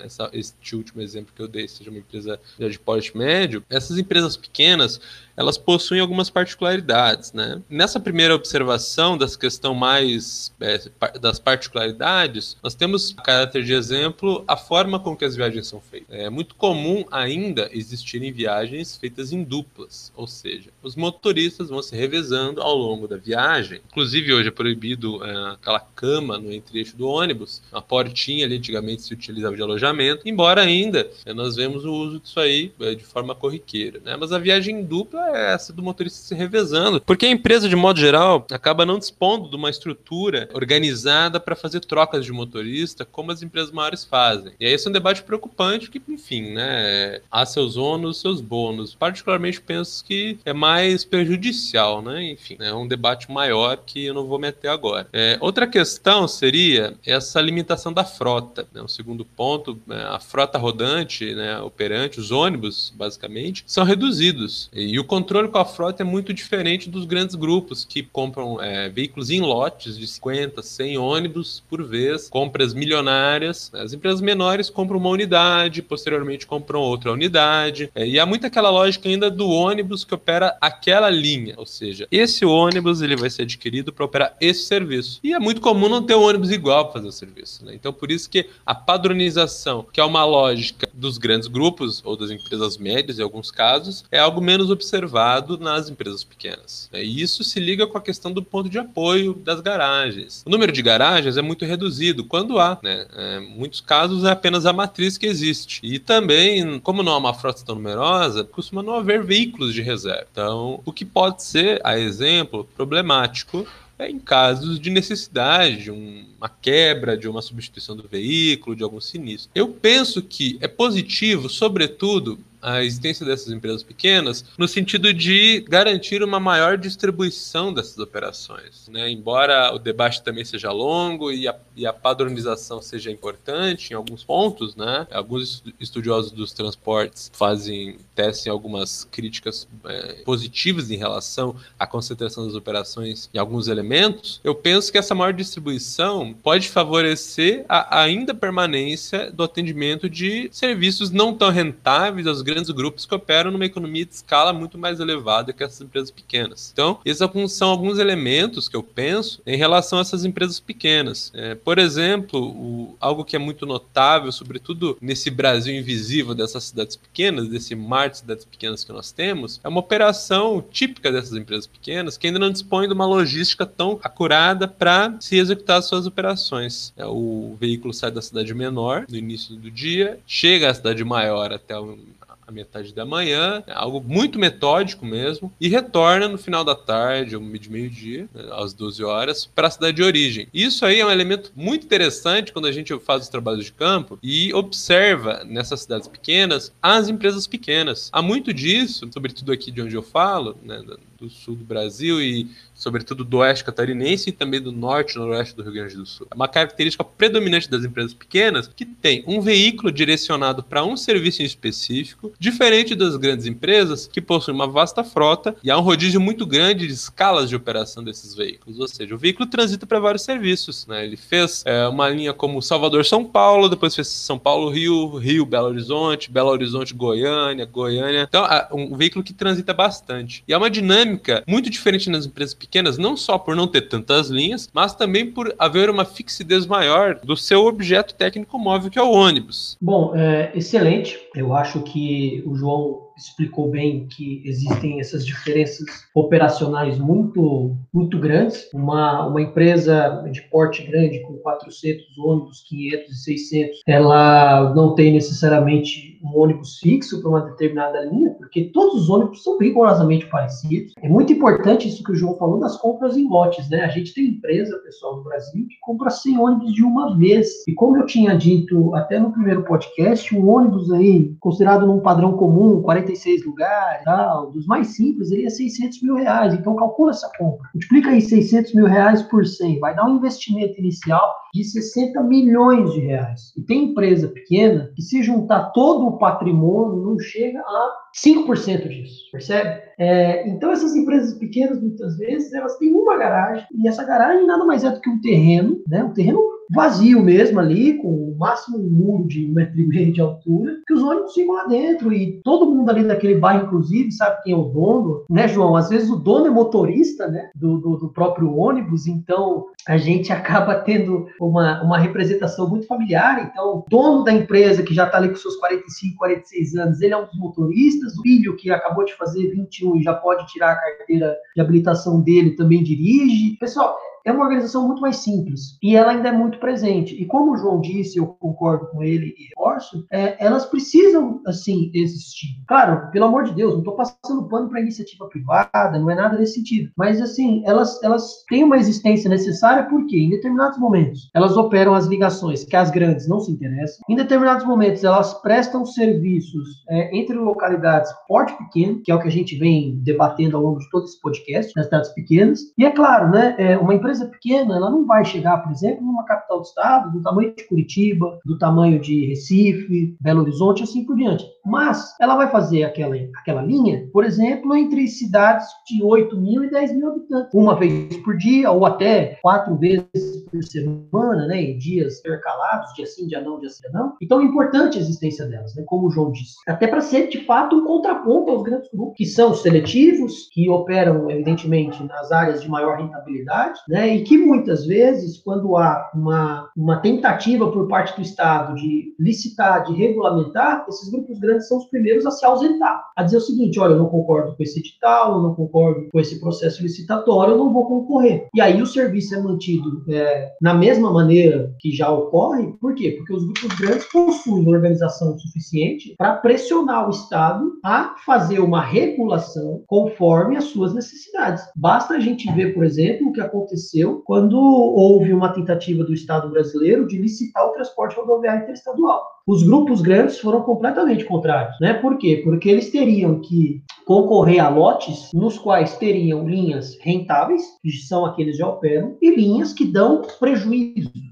este último exemplo que eu dei seja uma empresa de porte médio. Essas empresas pequenas, elas possuem algumas particularidades, né? Nessa primeira observação dessa questão mais das particularidades, nós temos, a caráter de exemplo, a forma com que as viagens são feitas. É muito comum ainda existirem viagens feitas em duplas, ou seja, os motoristas vão se revezando ao longo da viagem. Inclusive, hoje é proibido aquela cama no entre-eixo do ônibus, a portinha ali antigamente se utilizava de alojamento, embora ainda nós vemos o uso disso aí de forma corriqueira, né? Mas a viagem em dupla é essa do motorista se revezando, porque a empresa, de modo geral, acaba não dispondo de uma estrutura organizada para fazer trocas de motorista, como as empresas maiores fazem. E aí esse é um debate preocupante, que, enfim, né, há seus ônus, seus bônus. Particularmente penso que é mais prejudicial, né? Enfim, é um debate maior que eu não vou meter agora. Outra questão seria essa limitação da frota, né? Um segundo ponto, a frota rodante, né, operante, os ônibus, basicamente, são reduzidos. E o controle com a frota é muito diferente dos grandes grupos que compram veículos em lotes de 50, 100 ônibus por vez, compras milionárias. As empresas menores compram uma unidade, posteriormente compram outra unidade, e há muito aquela lógica ainda do ônibus que opera aquela linha, ou seja, esse ônibus ele vai ser adquirido para operar esse serviço. E é muito comum não ter um ônibus igual para fazer o serviço, né? Então, por isso que a padronização, que é uma lógica dos grandes grupos ou das empresas médias, em alguns casos, é algo menos observado nas empresas pequenas. E isso se liga com a questão do ponto de apoio das garagens. O número de garagens é muito reduzido quando há, né? Em muitos casos é apenas a matriz que existe. E também, como não há uma frota tão numerosa, costuma não haver veículos de reserva. Então, o que pode ser, a exemplo, problemático em casos de necessidade, de uma quebra, de uma substituição do veículo, de algum sinistro. Eu penso que é positivo, sobretudo, a existência dessas empresas pequenas, no sentido de garantir uma maior distribuição dessas operações, né? Embora o debate também seja longo e a padronização seja importante em alguns pontos, né? Alguns estudiosos dos transportes tecem algumas críticas positivas em relação à concentração das operações em alguns elementos. Eu penso que essa maior distribuição pode favorecer a ainda permanência do atendimento de serviços não tão rentáveis aos grandes grupos que operam numa economia de escala muito mais elevada que essas empresas pequenas. Então, esses são alguns elementos que eu penso em relação a essas empresas pequenas. Por exemplo, algo que é muito notável, sobretudo nesse Brasil invisível dessas cidades pequenas, desse mar de cidades pequenas que nós temos, é uma operação típica dessas empresas pequenas que ainda não dispõe de uma logística tão acurada para se executar as suas operações. O veículo sai da cidade menor no início do dia, chega à cidade maior até a metade da manhã, algo muito metódico mesmo, e retorna no final da tarde, ou de meio-dia, às 12 horas, para a cidade de origem. Isso aí é um elemento muito interessante quando a gente faz os trabalhos de campo e observa nessas cidades pequenas as empresas pequenas. Há muito disso, sobretudo aqui de onde eu falo, né, do sul do Brasil e sobretudo do oeste catarinense e também do norte e noroeste do Rio Grande do Sul. É uma característica predominante das empresas pequenas que tem um veículo direcionado para um serviço em específico, diferente das grandes empresas que possuem uma vasta frota e há um rodízio muito grande de escalas de operação desses veículos, ou seja, o veículo transita para vários serviços, né? Ele fez uma linha como Salvador-São Paulo, depois fez São Paulo-Rio, Rio-Belo Horizonte-Goiânia, então um veículo que transita bastante. E há uma dinâmica muito diferente nas empresas pequenas, não só por não ter tantas linhas, mas também por haver uma fixidez maior do seu objeto técnico móvel, que é o ônibus. Bom, excelente. Eu acho que o João explicou bem que existem essas diferenças operacionais muito, muito grandes. Uma empresa de porte grande, com 400 ônibus, 500 e 600, ela não tem necessariamente um ônibus fixo para uma determinada linha, porque todos os ônibus são rigorosamente parecidos. É muito importante isso que o João falou das compras em lotes, né? A gente tem empresa, pessoal, no Brasil, que compra 100 ônibus de uma vez. E como eu tinha dito até no primeiro podcast, um ônibus aí, considerado num padrão comum, 46 lugares, tal, dos mais simples, ele é 600 mil reais. Então, calcula essa compra. Multiplica aí 600 mil reais por 100. Vai dar um investimento inicial de 60 milhões de reais. E tem empresa pequena que, se juntar todo o patrimônio, não chega a 5% disso, percebe? Então, essas empresas pequenas, muitas vezes, elas têm uma garagem, e essa garagem nada mais é do que um terreno, né? Um terreno vazio mesmo ali, com o máximo um muro de 1,5 m de altura, que os ônibus ficam lá dentro, e todo mundo ali daquele bairro, inclusive, sabe quem é o dono, né, João? Às vezes o dono é motorista, né, do próprio ônibus, então a gente acaba tendo uma representação muito familiar. Então, o dono da empresa, que já está ali com seus 45, 46 anos, ele é um dos motoristas, o filho que acabou de fazer 21 e já pode tirar a carteira de habilitação dele, também dirige. Pessoal, é uma organização muito mais simples e ela ainda é muito presente. E como o João disse, eu concordo com ele e reforço, elas precisam, assim, existir. Claro, pelo amor de Deus, não estou passando pano para iniciativa privada, não é nada nesse sentido. Mas, assim, elas têm uma existência necessária porque, em determinados momentos, elas operam as ligações que as grandes não se interessam. Em determinados momentos, elas prestam serviços entre localidades porte pequeno, que é o que a gente vem debatendo ao longo de todo esse podcast, nas cidades pequenas. E, é claro, né, uma empresa pequena, ela não vai chegar, por exemplo, numa capital do estado, do tamanho de Curitiba, do tamanho de Recife, Belo Horizonte, assim por diante. Mas ela vai fazer aquela linha, por exemplo, entre cidades de 8 mil e 10 mil habitantes, uma vez por dia, ou até 4 vezes por semana, né, em dias intercalados, dia sim, dia não, dia sim, dia não. Então é importante a existência delas, né, como o João disse. Até para ser, de fato, um contraponto aos grandes grupos, que são seletivos, que operam, evidentemente, nas áreas de maior rentabilidade, né, e que muitas vezes, quando há uma tentativa por parte do Estado de licitar, de regulamentar, esses grupos grandes são os primeiros a se ausentar, a dizer o seguinte: olha, eu não concordo com esse edital, eu não concordo com esse processo licitatório, eu não vou concorrer. E aí o serviço é mantido na mesma maneira que já ocorre. Por quê? Porque os grupos grandes possuem organização suficiente para pressionar o Estado a fazer uma regulação conforme as suas necessidades. Basta a gente ver, por exemplo, o que aconteceu quando houve uma tentativa do Estado brasileiro de licitar o transporte rodoviário interestadual. Os grupos grandes foram completamente contrários, né? Por quê? Porque eles teriam que concorrer a lotes nos quais teriam linhas rentáveis, que são aqueles que já operam, e linhas que dão prejuízo.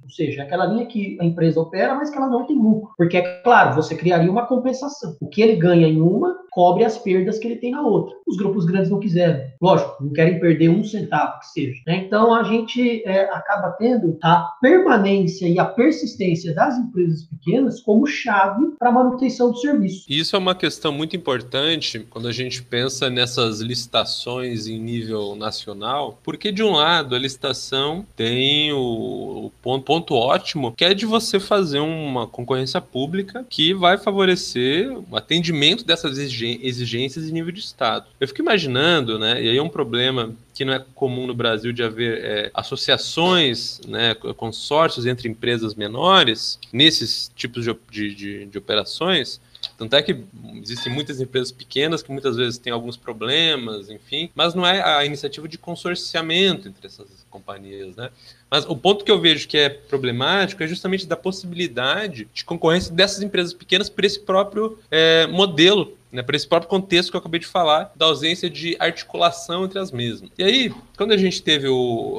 ou seja, aquela linha que a empresa opera, mas que ela não tem lucro, porque, é claro, você criaria uma compensação. O que ele ganha em uma, cobre as perdas que ele tem na outra. Os grupos grandes não quiseram, lógico, não querem perder um centavo que seja, né? Então, a gente acaba tendo a permanência e a persistência das empresas pequenas como chave para a manutenção do serviço. Isso é uma questão muito importante quando a gente pensa nessas licitações em nível nacional, porque de um lado a licitação tem o ponto ótimo, que é de você fazer uma concorrência pública que vai favorecer o atendimento dessas exigências em nível de Estado. Eu fico imaginando, né, e aí é um problema que não é comum no Brasil de haver associações, né, consórcios entre empresas menores nesses tipos de operações. Tanto é que existem muitas empresas pequenas que muitas vezes têm alguns problemas, enfim, mas não é a iniciativa de consorciamento entre essas companhias, né? Mas o ponto que eu vejo que é problemático é justamente da possibilidade de concorrência dessas empresas pequenas por esse próprio modelo, né, por esse próprio contexto que eu acabei de falar, da ausência de articulação entre as mesmas. E aí, quando a gente teve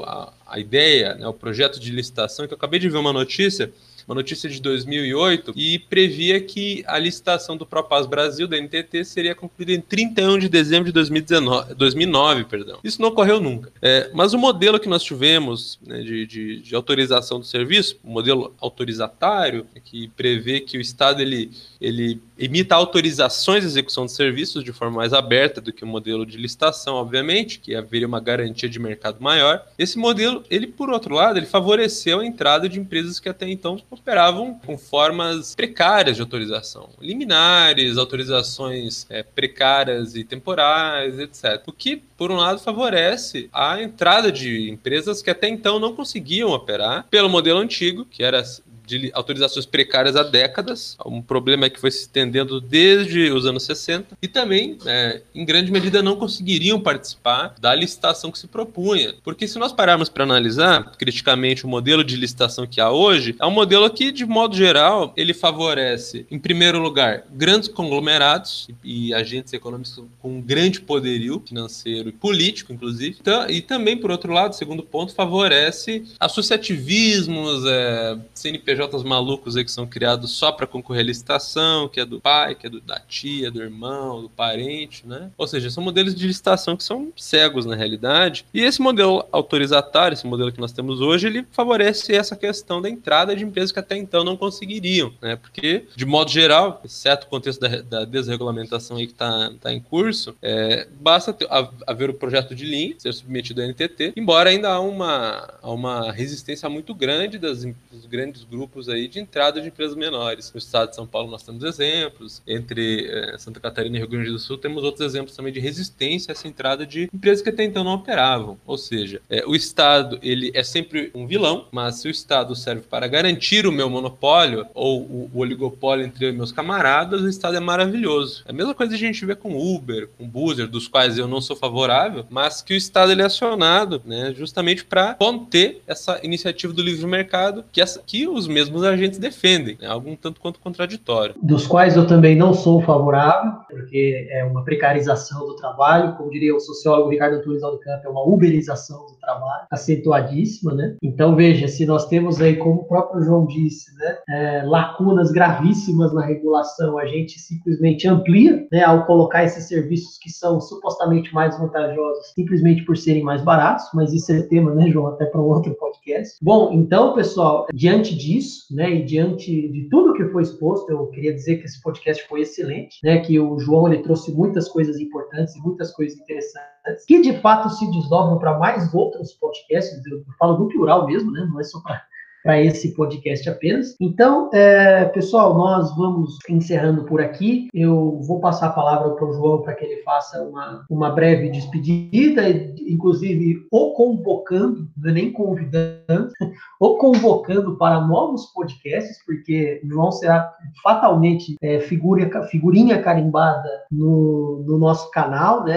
a ideia, né, o projeto de licitação, que eu acabei de ver uma notícia de 2008, e previa que a licitação do Propaz Brasil, da NTT, seria concluída em 31 de dezembro de 2009. Isso não ocorreu nunca. Mas o modelo que nós tivemos, né, de autorização do serviço, o modelo autorizatário, que prevê que o Estado ele emita autorizações de execução de serviços de forma mais aberta do que o modelo de licitação, obviamente, que haveria uma garantia de mercado maior. Esse modelo, ele, por outro lado, ele favoreceu a entrada de empresas que até então operavam com formas precárias de autorização, liminares, autorizações precárias e temporais, etc. O que, por um lado, favorece a entrada de empresas que até então não conseguiam operar pelo modelo antigo, que era de autorizações precárias há décadas, um problema que foi se estendendo desde os anos 60, e também, em grande medida, não conseguiriam participar da licitação que se propunha. Porque se nós pararmos para analisar criticamente o modelo de licitação que há hoje, é um modelo que, de modo geral, ele favorece, em primeiro lugar, grandes conglomerados e agentes econômicos com um grande poderio financeiro e político, inclusive, e também, por outro lado, segundo ponto, favorece associativismos, CNPJs malucos aí que são criados só para concorrer à licitação, que é do pai, que é da tia, do irmão, do parente, né? Ou seja, são modelos de licitação que são cegos na realidade. E esse modelo autorizatário, esse modelo que nós temos hoje, ele favorece essa questão da entrada de empresas que até então não conseguiriam, né? Porque, de modo geral, exceto o contexto da desregulamentação aí que está em curso, basta haver o projeto de linha, ser submetido à NTT, embora ainda há uma resistência muito grande dos grandes grupos aí de entrada de empresas menores. No estado de São Paulo nós temos exemplos, entre Santa Catarina e Rio Grande do Sul temos outros exemplos também de resistência a essa entrada de empresas que até então não operavam. Ou seja, o Estado ele é sempre um vilão, mas se o Estado serve para garantir o meu monopólio ou o oligopólio entre eu e meus camaradas, o Estado é maravilhoso. É a mesma coisa a gente vê com Uber, com Boozer, dos quais eu não sou favorável, mas que o Estado ele é acionado, né, justamente para conter essa iniciativa do livre mercado que os mesmos agentes defendem, né? Algo um tanto quanto contraditório. Dos quais eu também não sou favorável, porque é uma precarização do trabalho, como diria o sociólogo Ricardo Antunes Alicamp, é uma uberização do trabalho, acentuadíssima, né? Então, veja, se nós temos aí, como o próprio João disse, né, lacunas gravíssimas na regulação, a gente simplesmente amplia, né, ao colocar esses serviços que são supostamente mais vantajosos, simplesmente por serem mais baratos, mas isso é tema, né, João, até para um outro podcast. Bom, então, pessoal, diante disso, né, e diante de tudo que foi exposto, eu queria dizer que esse podcast foi excelente, né, que o João ele trouxe muitas coisas importantes e muitas coisas interessantes, que de fato se desdobram para mais outros podcasts, eu falo no plural mesmo, né, não é só para esse podcast apenas. Então, pessoal, nós vamos encerrando por aqui. Eu vou passar a palavra para o João para que ele faça uma breve despedida, inclusive ou convocando, não é nem convidando, ou convocando para novos podcasts, porque o João será fatalmente figurinha carimbada no nosso canal, né, no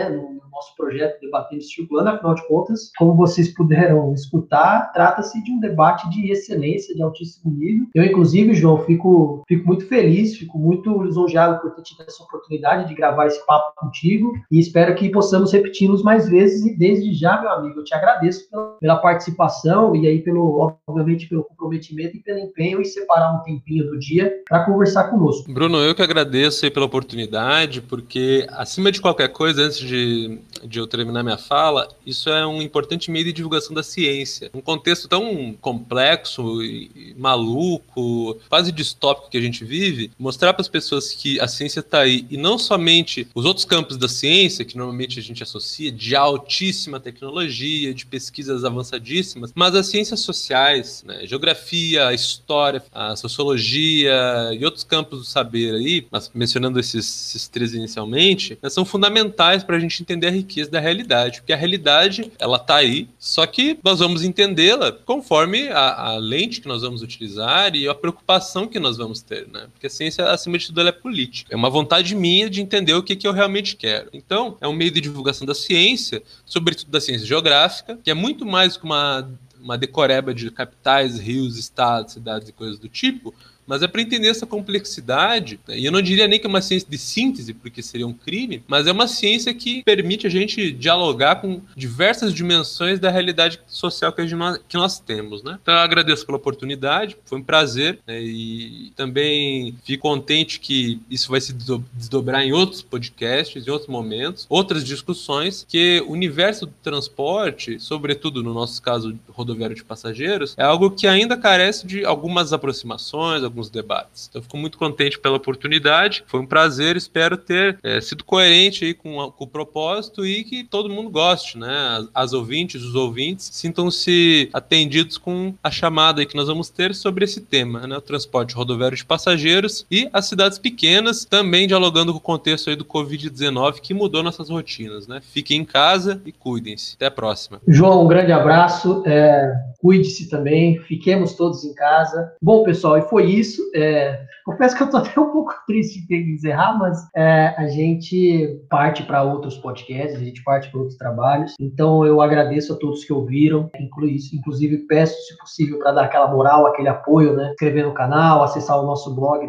nosso projeto Debatendo Circulando. Afinal de contas, como vocês puderam escutar, trata-se de um debate de excelência, de altíssimo nível. Eu, inclusive, João, fico muito feliz, fico muito lisonjeado por ter tido essa oportunidade de gravar esse papo contigo e espero que possamos repeti-los mais vezes. E desde já, meu amigo, eu te agradeço pela participação e aí, obviamente, pelo comprometimento e pelo empenho em separar um tempinho do dia para conversar conosco. Bruno, eu que agradeço aí pela oportunidade, porque, acima de qualquer coisa, antes de eu terminar minha fala, isso é um importante meio de divulgação da ciência. Um contexto tão complexo e maluco, quase distópico que a gente vive, mostrar para as pessoas que a ciência está aí, e não somente os outros campos da ciência, que normalmente a gente associa, de altíssima tecnologia, de pesquisas avançadíssimas, mas as ciências sociais, né, geografia, a história, a sociologia e outros campos do saber aí, mas mencionando esses três inicialmente, né, são fundamentais para a gente entender a riqueza da realidade, porque a realidade, ela está aí, só que nós vamos entendê-la conforme a lente que nós vamos utilizar e a preocupação que nós vamos ter, né? Porque a ciência, acima de tudo, ela é política. É uma vontade minha de entender o que eu realmente quero. Então, é um meio de divulgação da ciência, sobretudo da ciência geográfica, que é muito mais que uma decoreba de capitais, rios, estados, cidades e coisas do tipo, mas é para entender essa complexidade, né? E eu não diria nem que é uma ciência de síntese, porque seria um crime, mas é uma ciência que permite a gente dialogar com diversas dimensões da realidade social que nós temos, né? Então eu agradeço pela oportunidade, foi um prazer, né? E também fico contente que isso vai se desdobrar em outros podcasts, em outros momentos, outras discussões, que o universo do transporte, sobretudo no nosso caso rodoviário de passageiros, é algo que ainda carece de algumas aproximações, alguns debates. Então, eu fico muito contente pela oportunidade, foi um prazer, espero ter sido coerente aí com o propósito e que todo mundo goste, né? As ouvintes, os ouvintes, sintam-se atendidos com a chamada aí que nós vamos ter sobre esse tema, né? O transporte rodoviário de passageiros e as cidades pequenas, também dialogando com o contexto aí do Covid-19 que mudou nossas rotinas, né? Fiquem em casa e cuidem-se. Até a próxima. João, um grande abraço, cuide-se também, fiquemos todos em casa. Bom, pessoal, e foi isso. Confesso que eu tô até um pouco triste de ter que encerrar, mas a gente parte para outros podcasts, a gente parte para outros trabalhos. Então, eu agradeço a todos que ouviram, inclusive peço, se possível, para dar aquela moral, aquele apoio, né? Inscrever no canal, acessar o nosso blog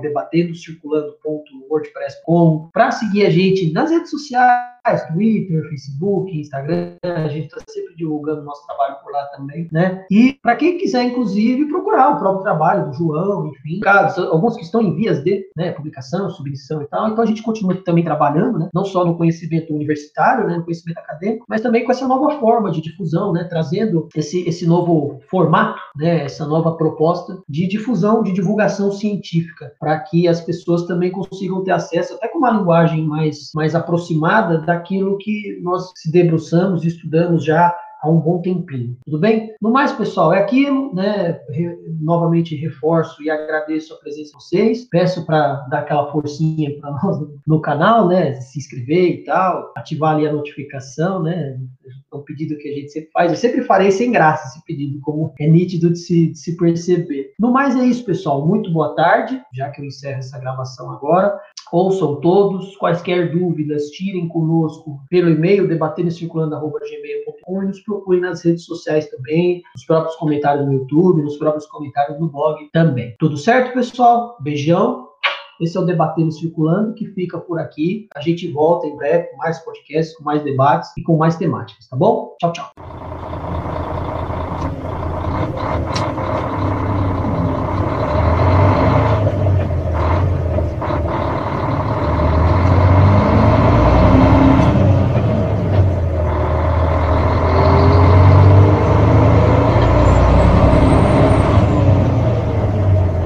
debatendocirculando.wordpress.com, para seguir a gente nas redes sociais, Twitter, Facebook, Instagram, a gente está sempre divulgando o nosso trabalho por lá também, né? E para quem quiser, inclusive, procurar o próprio trabalho do João, enfim, alguns que estão em vias de, né, publicação, submissão e tal, então a gente continua também trabalhando, né? Não só no conhecimento universitário, né, no conhecimento acadêmico, mas também com essa nova forma de difusão, né, trazendo esse novo formato, né, essa nova proposta de difusão, de divulgação científica, para que as pessoas também consigam ter acesso, até com uma linguagem mais aproximada daquilo que nós se debruçamos e estudamos já há um bom tempinho. Tudo bem? No mais, pessoal, é aquilo, né? Novamente reforço e agradeço a presença de vocês. Peço para dar aquela forcinha para nós no canal, né? Se inscrever e tal, ativar ali a notificação, né? É um pedido que a gente sempre faz. Eu sempre farei sem graça esse pedido, como é nítido de se perceber. No mais, é isso, pessoal. Muito boa tarde, já que eu encerro essa gravação agora. Ouçam todos, quaisquer dúvidas, tirem conosco pelo e-mail debatendocirculando@gmail.com e nos procurem nas redes sociais também, nos próprios comentários no YouTube, nos próprios comentários no blog também. Tudo certo, pessoal? Beijão. Esse é o Debatendo Circulando, que fica por aqui. A gente volta em breve com mais podcasts, com mais debates e com mais temáticas, tá bom? Tchau, tchau.